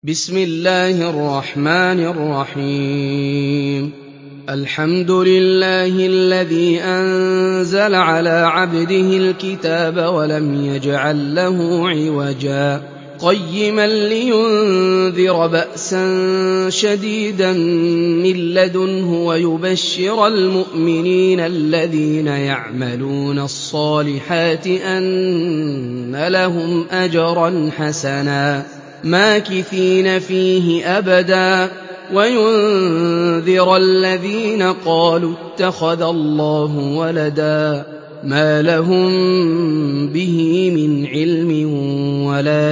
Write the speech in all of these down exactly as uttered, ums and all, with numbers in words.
بسم الله الرحمن الرحيم الحمد لله الذي أنزل على عبده الكتاب ولم يجعل له عوجا قيما لينذر بأسا شديدا من لدنه ويبشر المؤمنين الذين يعملون الصالحات أن لهم أجرا حسنا ماكثين فيه أبدا وينذر الذين قالوا اتخذ الله ولدا ما لهم به من علم ولا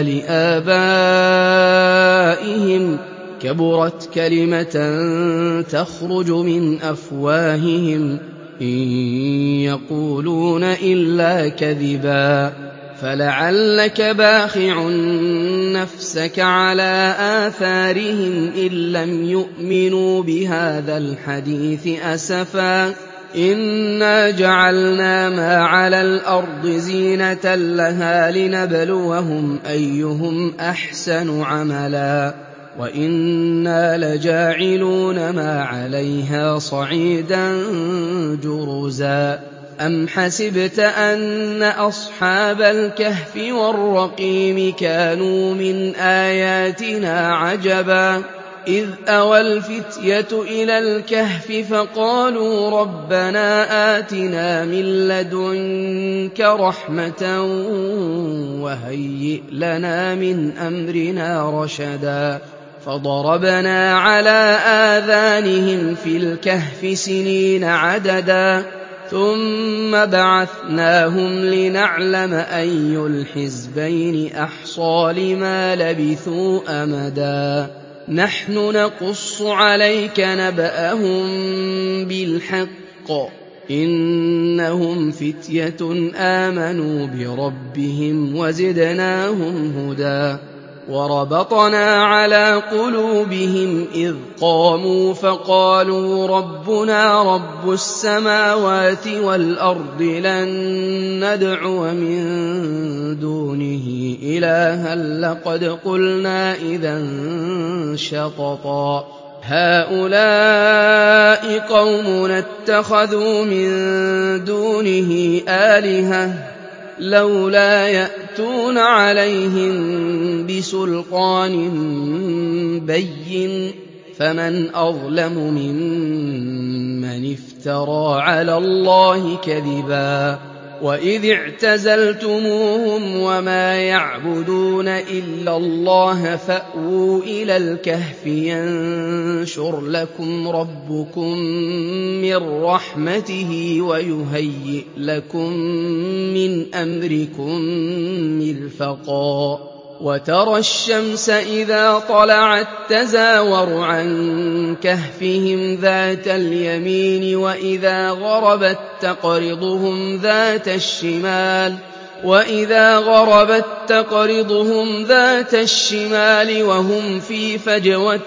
لآبائهم كبرت كلمة تخرج من أفواههم إن يقولون إلا كذبا فلعلك باخع نفسك على آثارهم إن لم يؤمنوا بهذا الحديث أسفا إنا جعلنا ما على الأرض زينة لها لنبلوهم أيهم أحسن عملا وإنا لجاعلون ما عليها صعيدا جرزا أم حسبت أن أصحاب الكهف والرقيم كانوا من آياتنا عجبا إذ أوى الفتية إلى الكهف فقالوا ربنا آتنا من لدنك رحمة وهيئ لنا من أمرنا رشدا فضربنا على آذانهم في الكهف سنين عددا ثم بعثناهم لنعلم أي الحزبين أحصى لما لبثوا أمدا نحن نقص عليك نبأهم بالحق إنهم فتية آمنوا بربهم وزدناهم هدى وربطنا على قلوبهم إذ قاموا فقالوا ربنا رب السماوات والأرض لن ندعو من دونه إلها لقد قلنا إذا شططا هؤلاء قومنا اتخذوا من دونه آلهة لولا يأتون عليهم بسلطان بين فمن أظلم ممن افترى على الله كذبا وإذ اعتزلتموهم وما يعبدون إلا الله فأووا إلى الكهف ينشر لكم ربكم من رحمته ويهيئ لكم من أمركم مرفقا وترى الشمس إذا طلعت تزاور عن كهفهم ذات اليمين وإذا غربت تقرضهم ذات الشمال وإذا غربت تقرضهم ذات الشمال وهم في فجوة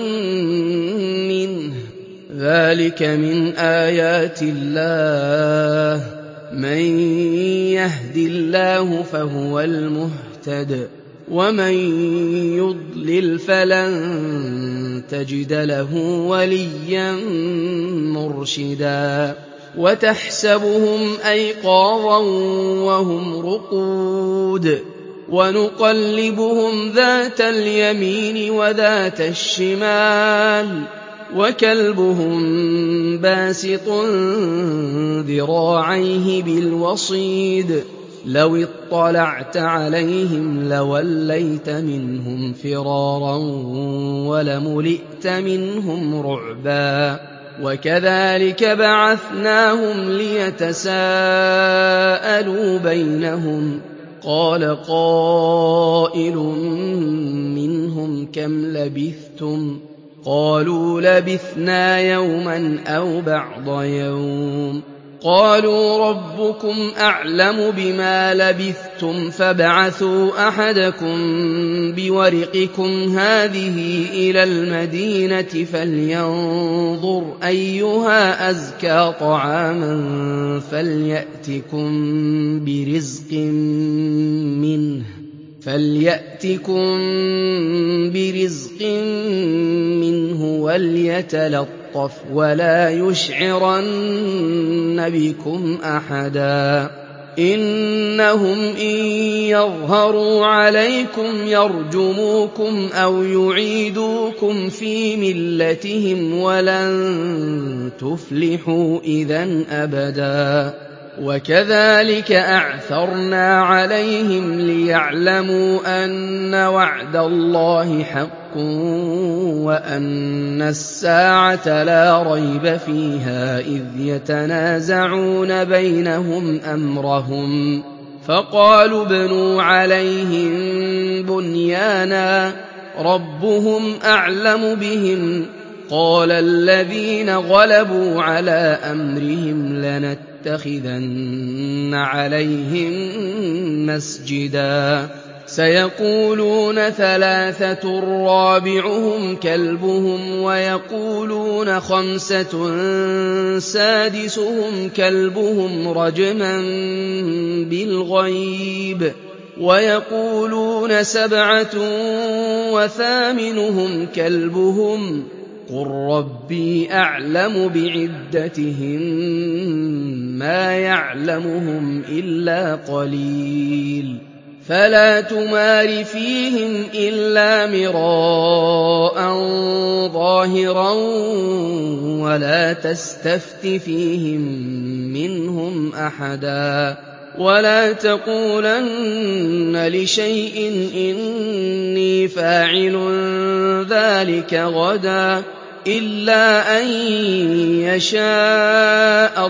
منه ذلك من آيات الله من يهد الله فهو المهتد ومن يضلل فلن تجد له وليا مرشدا وتحسبهم أيقاظا وهم رقود ونقلبهم ذات اليمين وذات الشمال وكلبهم باسط ذراعيه بالوصيد لو اطلعت عليهم لوليت منهم فرارا ولملئت منهم رعبا وكذلك بعثناهم ليتساءلوا بينهم قال قائل منهم كم لبثتم قالوا لبثنا يوما أو بعض يوم قالوا ربكم أعلم بما لبثتم فابعثوا أحدكم بورقكم هذه إلى المدينة فلينظر أيها أزكى طعاما فليأتكم برزق منه فليأتكم برزق منه وليتلطف ولا يشعرن بكم أحدا إنهم إن يظهروا عليكم يرجموكم أو يعيدوكم في ملتهم ولن تفلحوا إذن أبدا وكذلك أعثرنا عليهم ليعلموا أن وعد الله حق وأن الساعة لا ريب فيها إذ يتنازعون بينهم أمرهم فقالوا ابنوا عليهم بنيانا ربهم أعلم بهم قال الذين غلبوا على أمرهم لنتخذن عليهم مسجدا سيقولون ثلاثة رابعهم كلبهم ويقولون خمسة سادسهم كلبهم رجما بالغيب ويقولون سبعة وثامنهم كلبهم قل ربي أعلم بعدتهم ما يعلمهم إلا قليل فلا تمار فيهم إلا مراء ظاهرا ولا تستفت فيهم منهم أحدا ولا تقولن لشيء إني فاعل ذلك غدا إلا أن يشاء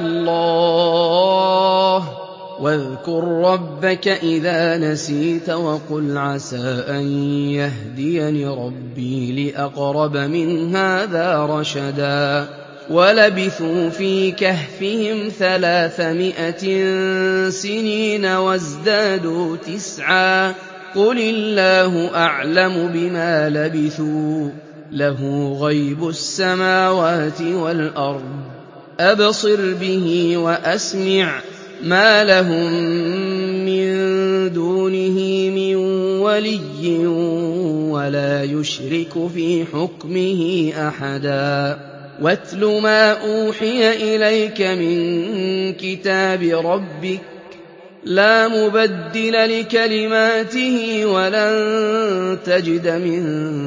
الله واذكر ربك إذا نسيت وقل عسى أن يهديني ربي لأقرب من هذا رشدا ولبثوا في كهفهم ثلاثمائة سنين وازدادوا تسعا قل الله أعلم بما لبثوا له غيب السماوات والأرض أبصر به وأسمع ما لهم من دونه من ولي ولا يشرك في حكمه أحدا واتل ما أوحي إليك من كتاب ربك لا مبدل لكلماته ولن تجد من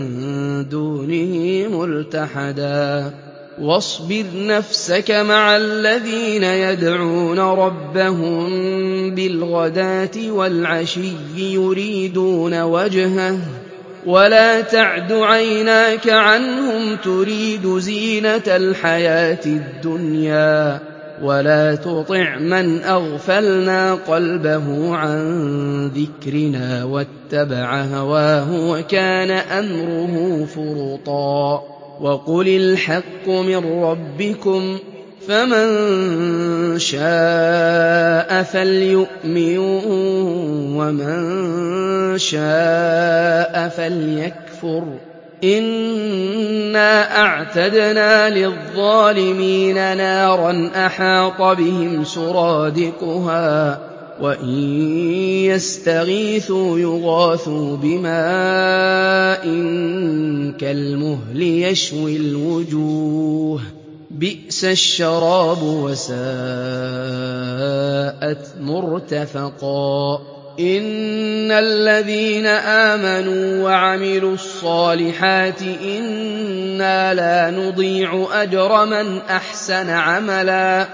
دونه ملتحدا واصبر نفسك مع الذين يدعون ربهم بالغداة والعشي يريدون وجهه ولا تعد عيناك عنهم تريد زينة الحياة الدنيا ولا تطع من أغفلنا قلبه عن ذكرنا واتبع هواه وكان أمره فرطا وقل الحق من ربكم فمن شاء فليؤمن ومن شاء فليكفر إنا أعتدنا للظالمين نارا أحاط بهم سرادقها وإن يستغيثوا يغاثوا بماء كالمهل يشوي الوجوه بئس الشراب وساءت مرتفقا إن الذين آمنوا وعملوا الصالحات إنا لا نضيع أجر من أحسن عملا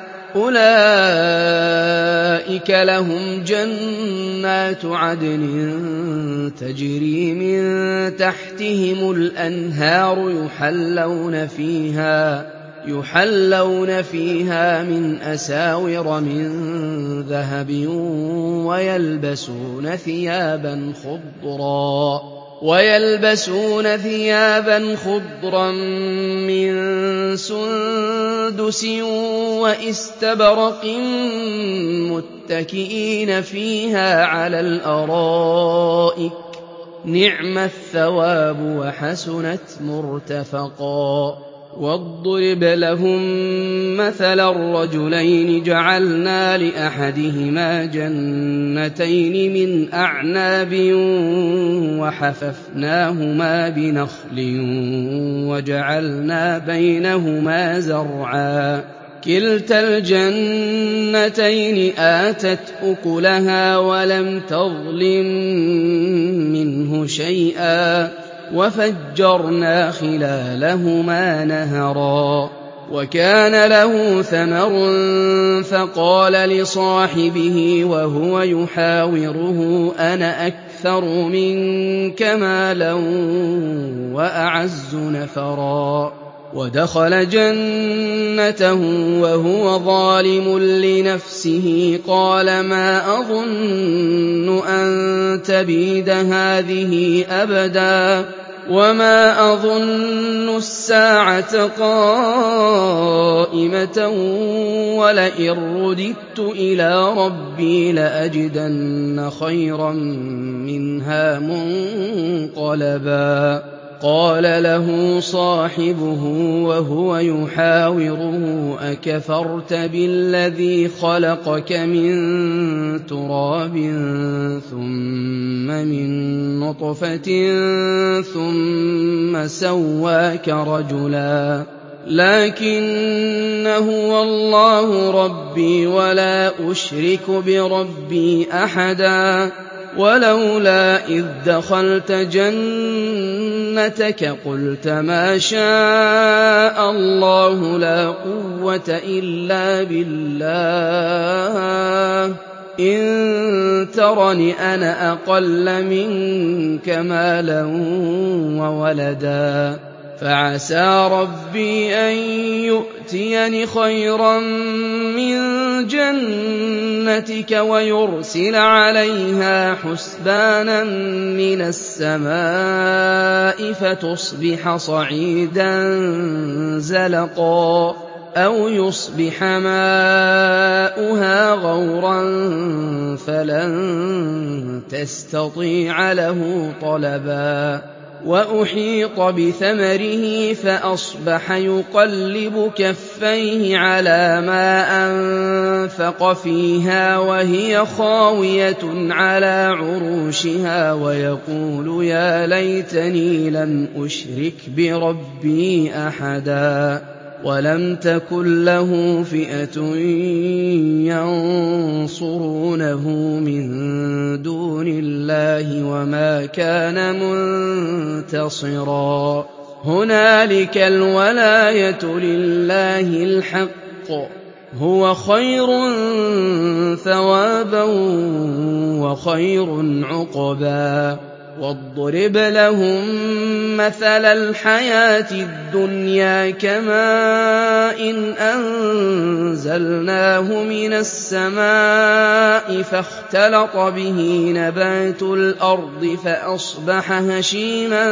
أولئك لهم جنات عدن تجري من تحتهم الأنهار يحلون فيها يحلون فيها من أساور من ذهب ويلبسون ثيابا خضرا ويلبسون ثيابا خضرا من سندس واستبرق متكئين فيها على الأرائك نعم الثواب وحسنت مرتفقا واضرب لهم مثلا الرجلين جعلنا لأحدهما جنتين من أعناب وحففناهما بنخل وجعلنا بينهما زرعا كلتا الجنتين آتت أكلها ولم تظلم منه شيئا وفجرنا خلالهما نهرا وكان له ثمر فقال لصاحبه وهو يحاوره أنا أكثر منك مالا وأعز نفرا ودخل جنته وهو ظالم لنفسه قال ما أظن أن تبيد هذه أبدا وما أظن الساعة قائمة ولئن رددت إلى ربي لأجدن خيرا منها منقلبا قال له صاحبه وهو يحاوره أكفرت بالذي خلقك من تراب ثم من نطفة ثم سواك رجلا لكن هو الله ربي ولا أشرك بربي أحدا ولولا إذ دخلت جنتك قلت ما شاء الله لا قوة إلا بالله إن ترني أنا أقل منك مالا وولدا فعسى ربي أن يؤتيني خيرا من جنتك ويرسل عليها حسبانا من السماء فتصبح صعيدا زلقا أو يصبح ماؤها غورا فلن تستطيع له طلبا وأحيط بثمره فأصبح يقلب كفيه على ما أنفق فيها وهي خاوية على عروشها ويقول يا ليتني لم أشرك بربي أحدا ولم تكن له فئة ينصرونه من دون الله وما كان منتصرا هنالك الولاية لله الحق هو خير ثوابا وخير عقبا واضرب لهم مثل الحياة الدنيا كماء إن أنزلناه من السماء فاختلط به نبات الأرض فأصبح هشيما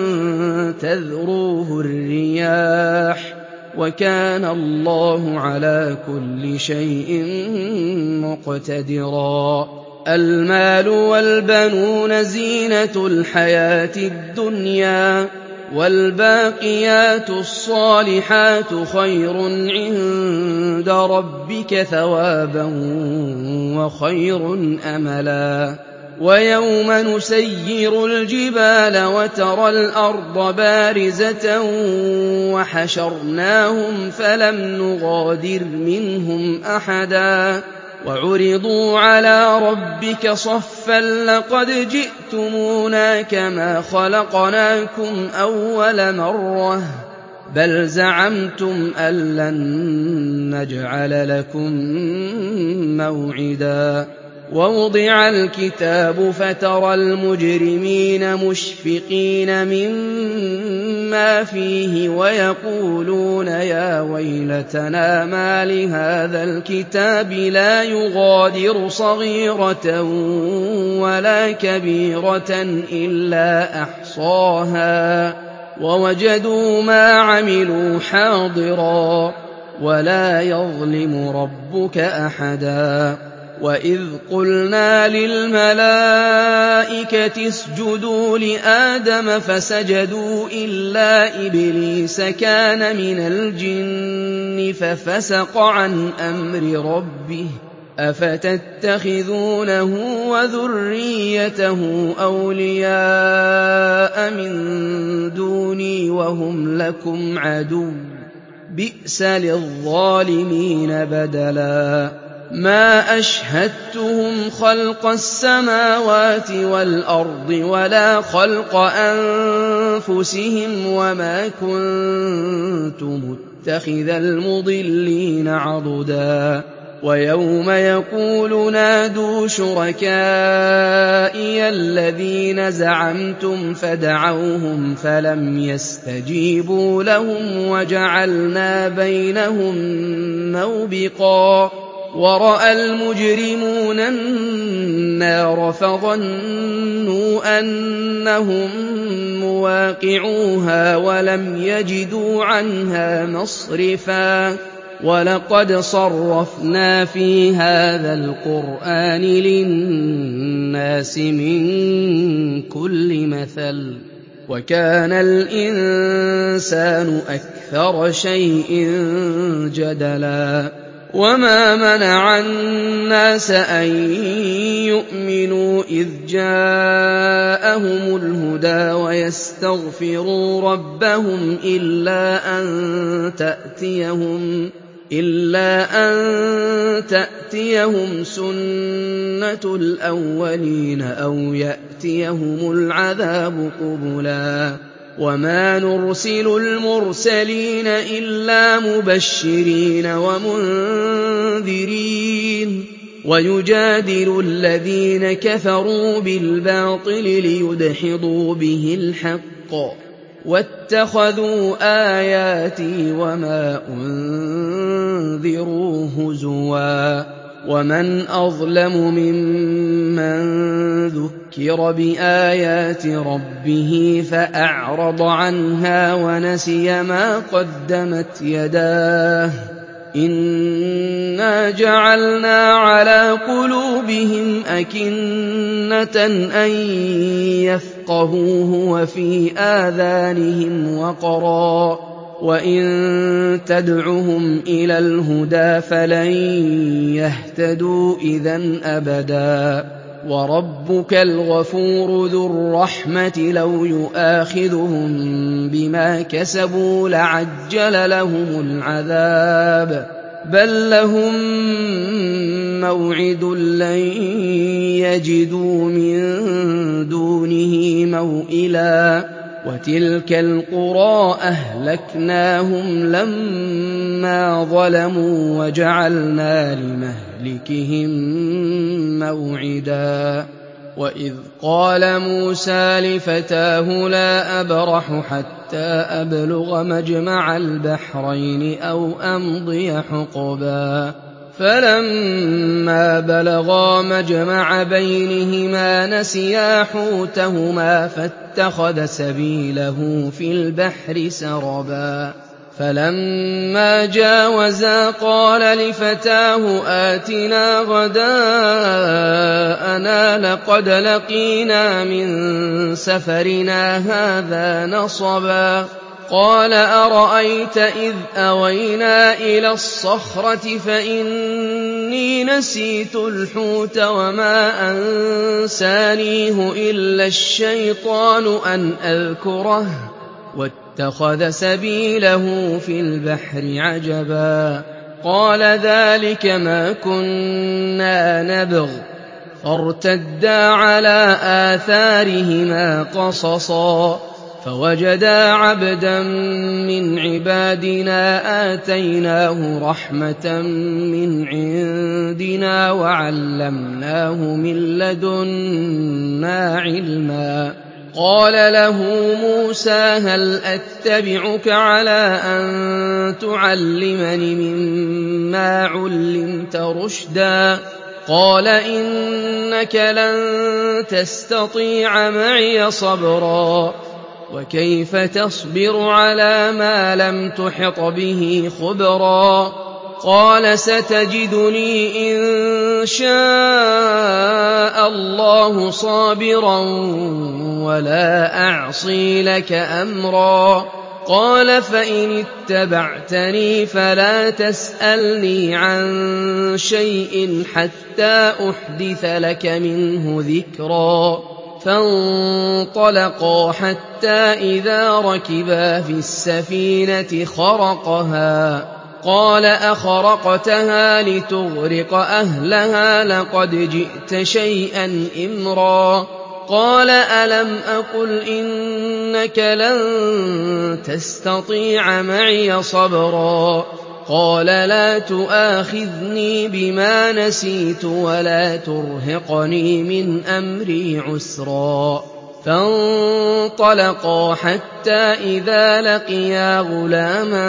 تذروه الرياح وكان الله على كل شيء مقتدرا المال والبنون زينة الحياة الدنيا والباقيات الصالحات خير عند ربك ثوابا وخير أملا ويوم نسير الجبال وترى الأرض بارزة وحشرناهم فلم نغادر منهم أحدا وعرضوا على ربك صفا لقد جئتمونا كما خلقناكم أول مرة بل زعمتم أن لن نجعل لكم موعدا ووضع الكتاب فترى المجرمين مشفقين مما فيه ويقولون يا ويلتنا ما لهذا الكتاب لا يغادر صغيرة ولا كبيرة إلا أحصاها ووجدوا ما عملوا حاضرا ولا يظلم ربك أحدا وَإِذْ قُلْنَا لِلْمَلَائِكَةِ اسْجُدُوا لِآدَمَ فَسَجَدُوا إِلَّا إِبْلِيسَ كَانَ مِنَ الْجِنِّ فَفَسَقَ عَنْ أَمْرِ رَبِّهِ أَفَتَتَّخِذُونَهُ وَذُرِّيَّتَهُ أَوْلِيَاءَ مِن دُونِي وَهُمْ لَكُمْ عَدُوٌّ ۚ بِئْسَ لِلظَّالِمِينَ بَدَلًا مَا أَشْهَدتُّهُمْ خَلْقَ السَّمَاوَاتِ وَالْأَرْضِ وَلَا خَلْقَ أَنفُسِهِمْ وَمَا كُنتُ مُتَّخِذَ الْمُضِلِّينَ عَضُدًا وَيَوْمَ يَقُولُ نَادُوا شُرَكَائِيَ الَّذِينَ زَعَمْتُمْ فَدَعَوْهُمْ فَلَمْ يَسْتَجِيبُوا لَهُمْ وَجَعَلْنَا بَيْنَهُم مَّوْبِقًا وَرَأَى الْمُجْرِمُونَ النَّارَ فَظَنُّوا أَنَّهُم مُّوَاقِعُوهَا وَلَمْ يَجِدُوا عَنْهَا مَصْرِفًا وَلَقَدْ صَرَّفْنَا فِي هَٰذَا الْقُرْآنِ لِلنَّاسِ مِن كُلِّ مَثَلٍ وَكَانَ الْإِنسَانُ أَكْثَرَ شَيْءٍ جَدَلًا وَمَا مَنَعَ النَّاسَ أَن يُؤْمِنُوا إِذْ جَاءَهُمُ الْهُدَىٰ وَيَسْتَغْفِرُوا رَبَّهُمْ إِلَّا أَن تَأْتِيَهُمْ إِلَّا أَن تَأْتِيَهُمْ سُنَّةُ الْأَوَّلِينَ أَوْ يَأْتِيَهُمُ الْعَذَابُ قُبُلًا وَمَا نُرْسِلُ الْمُرْسَلِينَ إِلَّا مُبَشِّرِينَ وَمُنذِرِينَ وَيُجَادِلُ الَّذِينَ كَفَرُوا بِالْبَاطِلِ لِيُدْحِضُوا بِهِ الْحَقَّ وَاتَّخَذُوا آيَاتِي وَمَا أُنذِرُوا هُزُوًا وَمَنْ أَظْلَمُ مِمَّن ذُكِّرَ بِآيَاتِ رَبِّهِ فَأَعْرَضَ عَنْهَا وَنَسِيَ مَا قَدَّمَتْ يَدَاهُ إِنَّا جَعَلْنَا عَلَىٰ قُلُوبِهِمْ أَكِنَّةً أَن يَفْقَهُوهُ وَفِي آذَانِهِمْ وَقْرًا وَإِن تَدْعُهُمْ إِلَى الْهُدَىٰ فَلَن يَهْتَدُوا إِذًا أَبَدًا وَرَبُّكَ الْغَفُورُ ذُو الرَّحْمَةِ لَوْ يُؤَاخِذُهُم بِمَا كَسَبُوا لَعَجَّلَ لَهُمُ الْعَذَابَ بَل لَّهُم مَّوْعِدٌ لَّن يَجِدُوا مِن دُونِهِ مَوْئِلًا وَتِلْكَ الْقُرَىٰ أَهْلَكْنَاهُمْ لَمَّا ظَلَمُوا وَجَعَلْنَا لِمَهْلِكِهِم مَّوْعِدًا وَإِذْ قَالَ مُوسَىٰ لِفَتَاهُ لَا أَبْرَحُ حَتَّىٰ أَبْلُغَ مَجْمَعَ الْبَحْرَيْنِ أَوْ أَمْضِيَ حُقُبًا فَلَمَّا بَلَغَا مَجْمَعَ بَيْنِهِمَا نَسِيَا حُوتَهُمَا فَاتَّخَذَ سَبِيلَهُ فِي الْبَحْرِ سَرَبًا فَلَمَّا جَاوَزَا قَالَ لِفَتَاهُ آتِنَا غَدَاءَنَا لَقَدْ لَقِينَا مِن سَفَرِنَا هَٰذَا نَصَبًا قَالَ أَرَأَيْتَ إِذْ أَوَيْنَا إِلَى الصَّخْرَةِ فَإِنِّي نَسِيتُ الْحُوتَ وَمَا أَنسَانِيهُ إِلَّا الشَّيْطَانُ أَنْ أَذْكُرَهُ وَاتَّخَذَ سَبِيلَهُ فِي الْبَحْرِ عَجَبًا قَالَ ذَٰلِكَ مَا كُنَّا نَبْغِ فَارْتَدَّا عَلَىٰ آثَارِهِمَا قَصَصًا فَوَجَدَا عَبْدًا مِّنْ عِبَادِنَا آتَيْنَاهُ رَحْمَةً مِّنْ عِندِنَا وَعَلَّمْنَاهُ مِن لَّدُنَّا عِلْمًا قَالَ لَهُ مُوسَىٰ هَلْ أَتَّبِعُكَ عَلَىٰ أَن تُعَلِّمَنِ مِمَّا عُلِّمْتَ رُشْدًا قَالَ إِنَّكَ لَن تَسْتَطِيعَ مَعِيَ صَبْرًا وَكَيْفَ تَصْبِرُ عَلَىٰ مَا لَمْ تُحِطْ بِهِ خُبْرًا قال ستجدني إن شاء الله صابرا ولا أعصي لك أمرا قال فإن اتبعتني فلا تسألني عن شيء حتى أحدث لك منه ذكرا فانطلقا حتى إذا ركبا في السفينة خرقها قال أخرقتها لتغرق أهلها لقد جئت شيئا إمرا قال ألم أقل إنك لن تستطيع معي صبرا قال لا تؤاخذني بما نسيت ولا ترهقني من أمري عسرا فانطلقا حتى إذا لقيا غلاما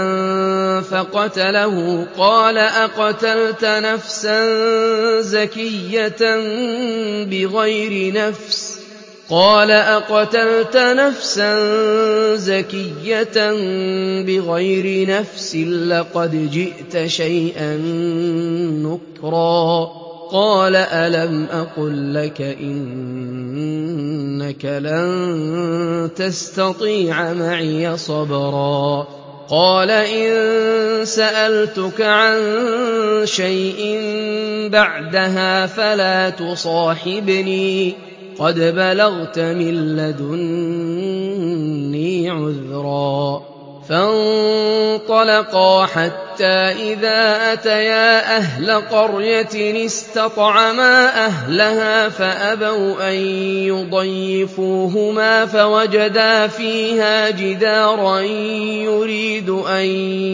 فقتله قال أقتلت نفسا زكية بغير نفس قال أقتلت نفسا زكية بغير نفس لقد جئت شيئا نكرا قال ألم أقل لك إنك لن تستطيع معي صبرا قال إن سألتك عن شيء بعدها فلا تصاحبني قد بلغت من لدني عذرا فانطلقا حتى إذا أتيا أهل قرية استطعما أهلها فأبوا أن يضيفوهما فوجدا فيها جدارا يريد أن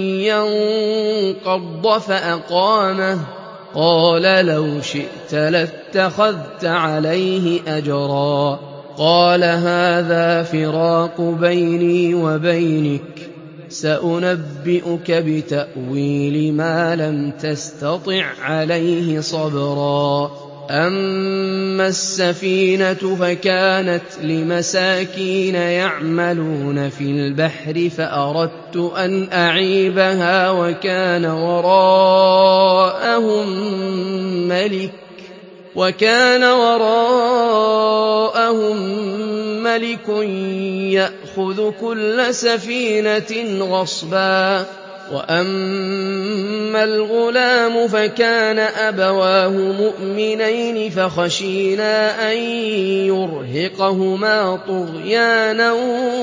ينقض فأقامه قال لو شئت لاتخذت عليه أجرا قال هذا فراق بيني وبينك سأنبئك بتأويل ما لم تستطع عليه صبرا أما السفينة فكانت لمساكين يعملون في البحر فأردت أن أعيبها وكان وراءهم ملك وكان وراءهم ملك يأخذ كل سفينة غصبا وأما الغلام فكان أبواه مؤمنين فخشينا أن يرهقهما طغيانا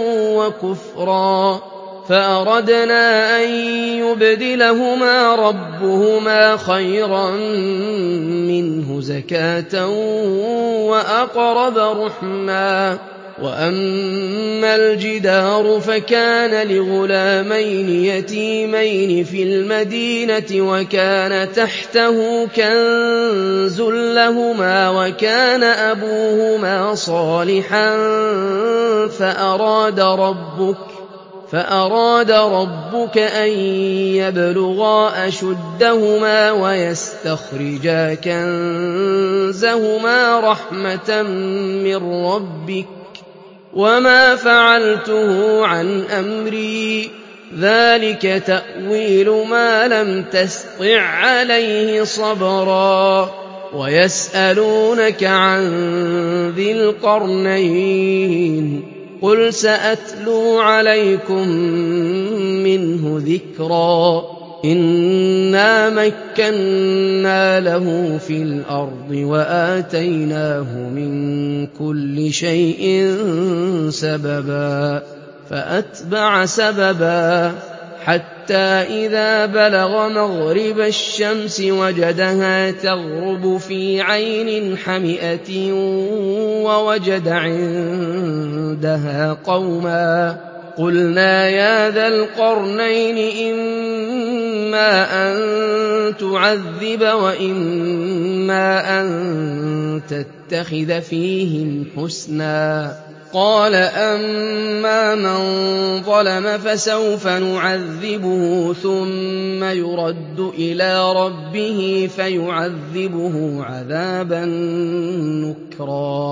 وكفرا فأردنا أن يبدلهما ربهما خيرا منه زكاة وأقرب رحما وأما الجدار فكان لغلامين يتيمين في المدينة وكان تحته كنز لهما وكان أبوهما صالحا فأراد ربك فأراد ربك أن يبلغا أشدهما ويستخرجا كنزهما رحمة من ربك وما فعلته عن أمري ذلك تأويل ما لم تسطع عليه صبرا ويسألونك عن ذي القرنين قل سأتلو عليكم منه ذكرا إنا مكنا له في الأرض وآتيناه من كل شيء سببا فأتبع سببا حتى إذا بلغ مغرب الشمس وجدها تغرب في عين حمئة ووجد عندها قوما قلنا يا ذا القرنين إما أن تعذب وإما أن تتخذ فيهم حسنا قال أما من ظلم فسوف نعذبه ثم يرد إلى ربه فيعذبه عذابا نكرا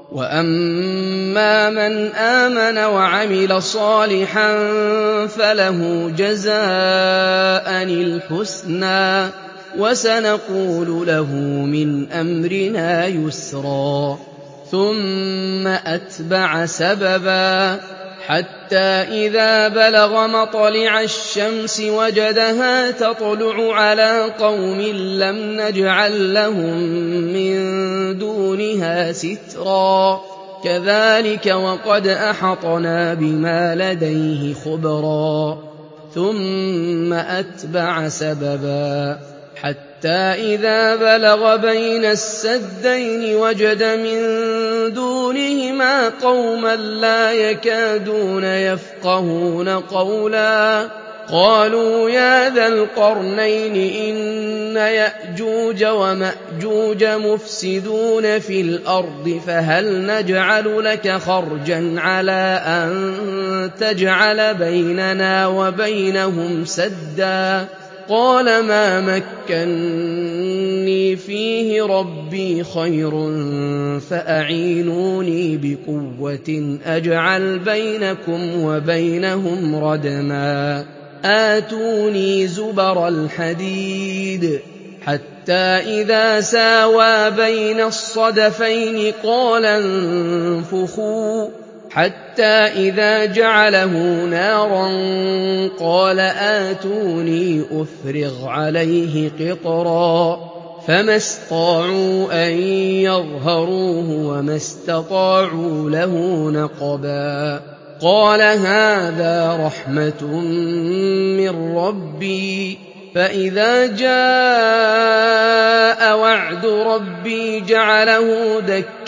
وَأَمَّا مَنْ آمَنَ وَعَمِلَ صَالِحًا فَلَهُ جَزَاءً الْحُسْنَىٰ وَسَنَقُولُ لَهُ مِنْ أَمْرِنَا يُسْرًا ثُمَّ أَتْبَعَ سَبَبًا حَتَّىٰ إِذَا بَلَغَ مَطْلِعَ الشَّمْسِ وَجَدَهَا تَطْلُعُ عَلَىٰ قَوْمٍ لَّمْ نَجْعَل لَّهُم مِّن دُونِهَا سِتْرًا كَذَٰلِكَ وَقَدْ أَحَطْنَا بِمَا لَدَيْهِ خُبْرًا ثُمَّ أَتْبَعَ سَبَبًا حَتَّىٰ إِذَا بَلَغَ بَيْنَ السَّدَّيْنِ وَجَدَ مِن دُونِهِمَا قَوْمًا لَّا يَكَادُونَ يَفْقَهُونَ قَوْلًا قَالُوا يَا ذَا الْقَرْنَيْنِ إِنَّ يَأْجُوجَ وَمَأْجُوجَ مُفْسِدُونَ فِي الْأَرْضِ فَهَلْ نَجْعَلُ لَكَ خَرْجًا عَلَىٰ أَن تَجْعَلَ بَيْنَنَا وَبَيْنَهُمْ سَدًّا قَالَ مَا مَكَّنِّي فِيهِ رَبِّي خَيْرٌ فَأَعِينُونِي بِقُوَّةٍ أَجْعَلْ بَيْنَكُمْ وَبَيْنَهُمْ رَدْمًا آتُونِي زُبَرَ الْحَدِيدِ حَتَّىٰ إِذَا سَاوَىٰ بَيْنَ الصَّدَفَيْنِ قَالَ انفُخُوا حَتَّىٰ إِذَا جَعَلَهُ نَارًا قَالَ آتُونِي أُفْرِغْ عَلَيْهِ قِطْرًا فَمَا اسْطَاعُوا أَن يَظْهَرُوهُ وَمَا اسْتَطَاعُوا لَهُ نَقْبًا قَالَ هَٰذَا رَحْمَةٌ مِّن رَّبِّي فَإِذَا جَاءَ وَعْدُ رَبِّي جَعَلَهُ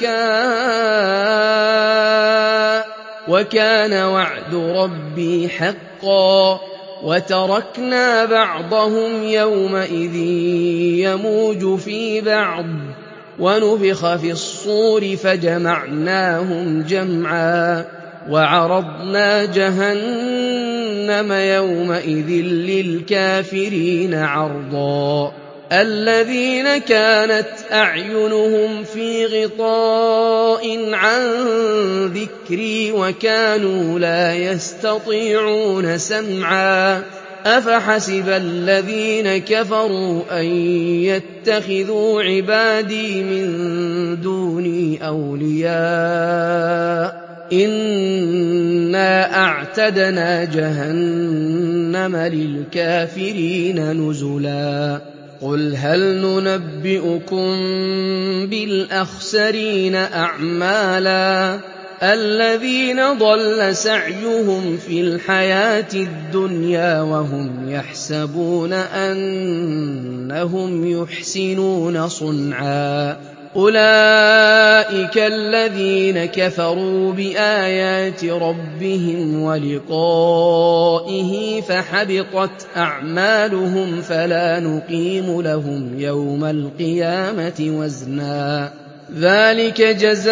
دَكَّاءَ وَكَانَ وَعْدُ رَبِّي حَقًّا وَتَرَكْنَا بَعْضَهُمْ يَوْمَئِذٍ يَمُوجُ فِي بَعْضٍ وَنُفِخَ فِي الصُّورِ فَجَمَعْنَاهُمْ جَمْعًا وَعَرَضْنَا جَهَنَّمَ يَوْمَئِذٍ لِّلْكَافِرِينَ عَرْضًا الَّذِينَ كَانَتْ أَعْيُنُهُمْ فِي غِطَاءٍ عَن ذِكْرِي وَكَانُوا لَا يَسْتَطِيعُونَ سَمْعًا أَفَحَسِبَ الَّذِينَ كَفَرُوا أَن يَتَّخِذُوا عِبَادِي مِن دُونِي أَوْلِيَاءَ إِنَّا أَعْتَدْنَا جَهَنَّمَ لِلْكَافِرِينَ نُزُلًا قُلْ هَلْ نُنَبِّئُكُم بِالْأَخْسَرِينَ أَعْمَالًا الَّذِينَ ضَلَّ سَعْيُهُمْ فِي الْحَيَاةِ الدُّنْيَا وَهُمْ يَحْسَبُونَ أَنَّهُمْ يُحْسِنُونَ صُنْعًا أُولَٰئِكَ الَّذِينَ كَفَرُوا بِآيَاتِ رَبِّهِمْ وَلِقَائِهِ فَحَبِطَتْ أَعْمَالُهُمْ فَلَا نُقِيمُ لَهُمْ يَوْمَ الْقِيَامَةِ وَزْنًا ذَٰلِكَ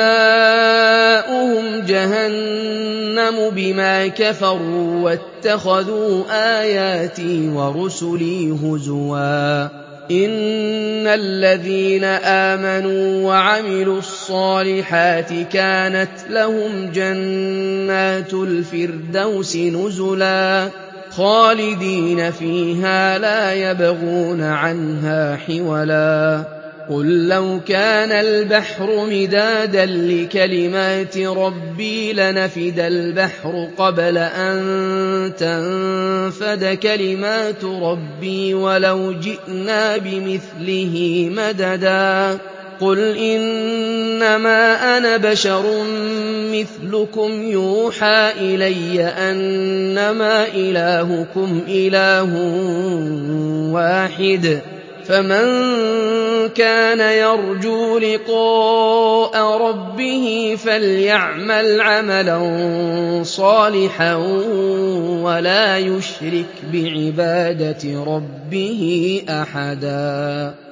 جَزَاؤُهُمْ جَهَنَّمُ بِمَا كَفَرُوا وَاتَّخَذُوا آيَاتِي وَرُسُلِي هُزُوًا إِنَّ الَّذِينَ آمَنُوا وَعَمِلُوا الصَّالِحَاتِ كَانَتْ لَهُمْ جَنَّاتُ الْفِرْدَوْسِ نُزُلًا خَالِدِينَ فِيهَا لَا يَبْغُونَ عَنْهَا حِوَلًا قُل لَّوْ كَانَ الْبَحْرُ مِدَادًا لِّكَلِمَاتِ رَبِّي لَنَفِدَ الْبَحْرُ قَبْلَ أَن تَنفَدَ كَلِمَاتُ رَبِّي وَلَوْ جِئْنَا بِمِثْلِهِ مَدَدًا قُلْ إِنَّمَا أَنَا بَشَرٌ مِّثْلُكُمْ يُوحَىٰ إِلَيَّ أَنَّمَا إِلَٰهُكُمْ إِلَٰهٌ وَاحِدٌ فَمَن كَانَ يَرْجُو لِقَاءَ رَبِّهِ فَلْيَعْمَلْ عَمَلًا صَالِحًا وَلَا يُشْرِكْ بِعِبَادَةِ رَبِّهِ أَحَدًا